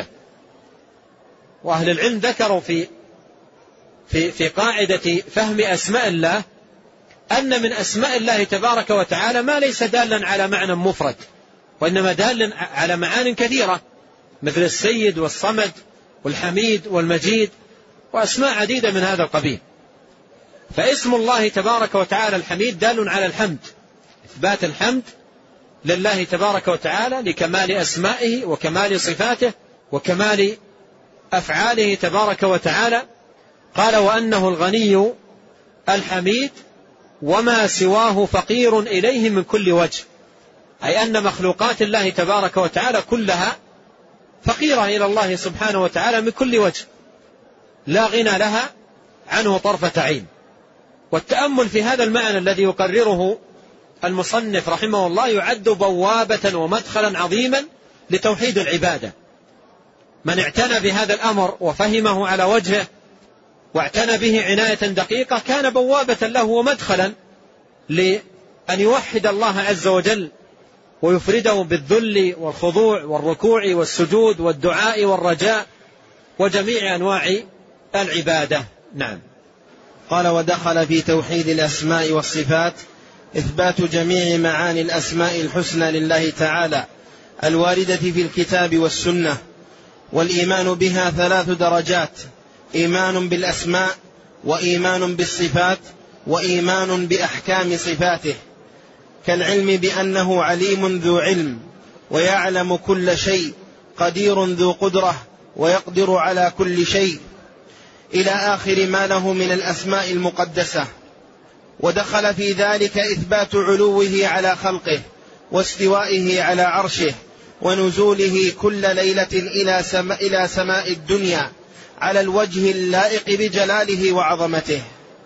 وأهل العلم ذكروا في في في قاعدة فهم أسماء الله أن من أسماء الله تبارك وتعالى ما ليس دالا على معنى مفرد، وإنما دال على معان كثيرة، مثل السيد والصمد والحميد والمجيد، وأسماء عديدة من هذا القبيل. فاسم الله تبارك وتعالى الحميد دال على الحمد، إثبات الحمد لله تبارك وتعالى لكمال أسمائه وكمال صفاته وكمال أفعاله تبارك وتعالى. قال وأنه الغني الحميد وما سواه فقير إليه من كل وجه، أي أن مخلوقات الله تبارك وتعالى كلها فقيرة إلى الله سبحانه وتعالى من كل وجه، لا غنى لها عنه طرفة عين. والتأمل في هذا المعنى الذي يقرره المصنف رحمه الله يعد بوابة ومدخلا عظيما لتوحيد العبادة. من اعتنى بهذا الأمر وفهمه على وجهه واعتنى به عناية دقيقة كان بوابة له ومدخلا لأن يوحد الله عز وجل ويفرده بالذل والخضوع والركوع والسجود والدعاء والرجاء وجميع أنواع العبادة. نعم. قال ودخل في توحيد الأسماء والصفات إثبات جميع معاني الأسماء الحسنى لله تعالى الواردة في الكتاب والسنة، والإيمان بها ثلاث درجات: إيمان بالأسماء، وإيمان بالصفات، وإيمان بأحكام صفاته، كالعلم بأنه عليم ذو علم ويعلم كل شيء، قدير ذو قدرة ويقدر على كل شيء، إلى آخر ما له من الأسماء المقدسة. ودخل في ذلك إثبات علوه على خلقه واستوائه على عرشه ونزوله كل ليلة إلى سماء, إلى سماء الدنيا على الوجه اللائق بجلاله وعظمته.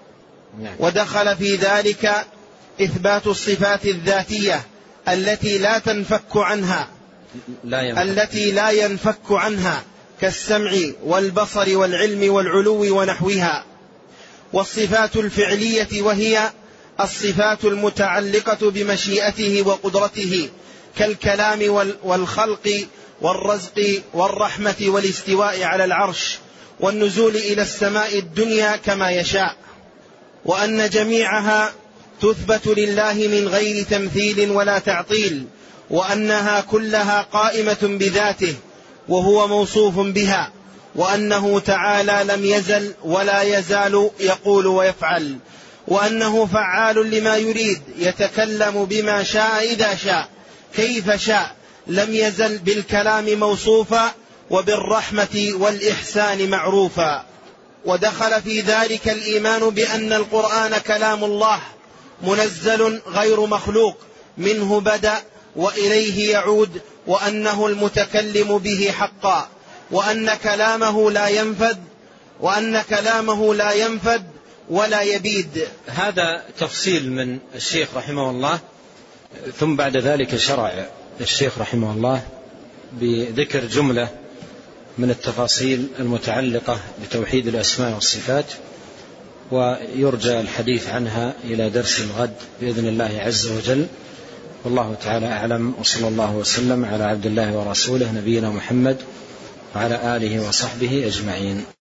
ودخل في ذلك إثبات الصفات الذاتية التي لا تنفك عنها لا ينفك. التي لا ينفك عنها كالسمع والبصر والعلم والعلو ونحوها. والصفات الفعلية وهي الصفات المتعلقة بمشيئته وقدرته كالكلام والخلق والرزق والرحمة والاستواء على العرش والنزول إلى السماء الدنيا كما يشاء. وأن جميعها تثبت لله من غير تمثيل ولا تعطيل، وأنها كلها قائمة بذاته وهو موصوف بها، وأنه تعالى لم يزل ولا يزال يقول ويفعل، وأنه فعال لما يريد يتكلم بما شاء إذا شاء كيف شاء، لم يزل بالكلام موصوفا وبالرحمة والإحسان معروفا. ودخل في ذلك الإيمان بأن القرآن كلام الله منزل غير مخلوق، منه بدأ وإليه يعود، وأنه المتكلم به حقا، وأن كلامه لا ينفد وأن كلامه لا ينفد ولا يبيد. هذا تفصيل من الشيخ رحمه الله. ثم بعد ذلك شرع الشيخ رحمه الله بذكر جملة من التفاصيل المتعلقة بتوحيد الأسماء والصفات، ويرجى الحديث عنها إلى درس الغد بإذن الله عز وجل. والله تعالى أعلم، وصلى الله وسلم على عبد الله ورسوله نبينا محمد وعلى آله وصحبه أجمعين.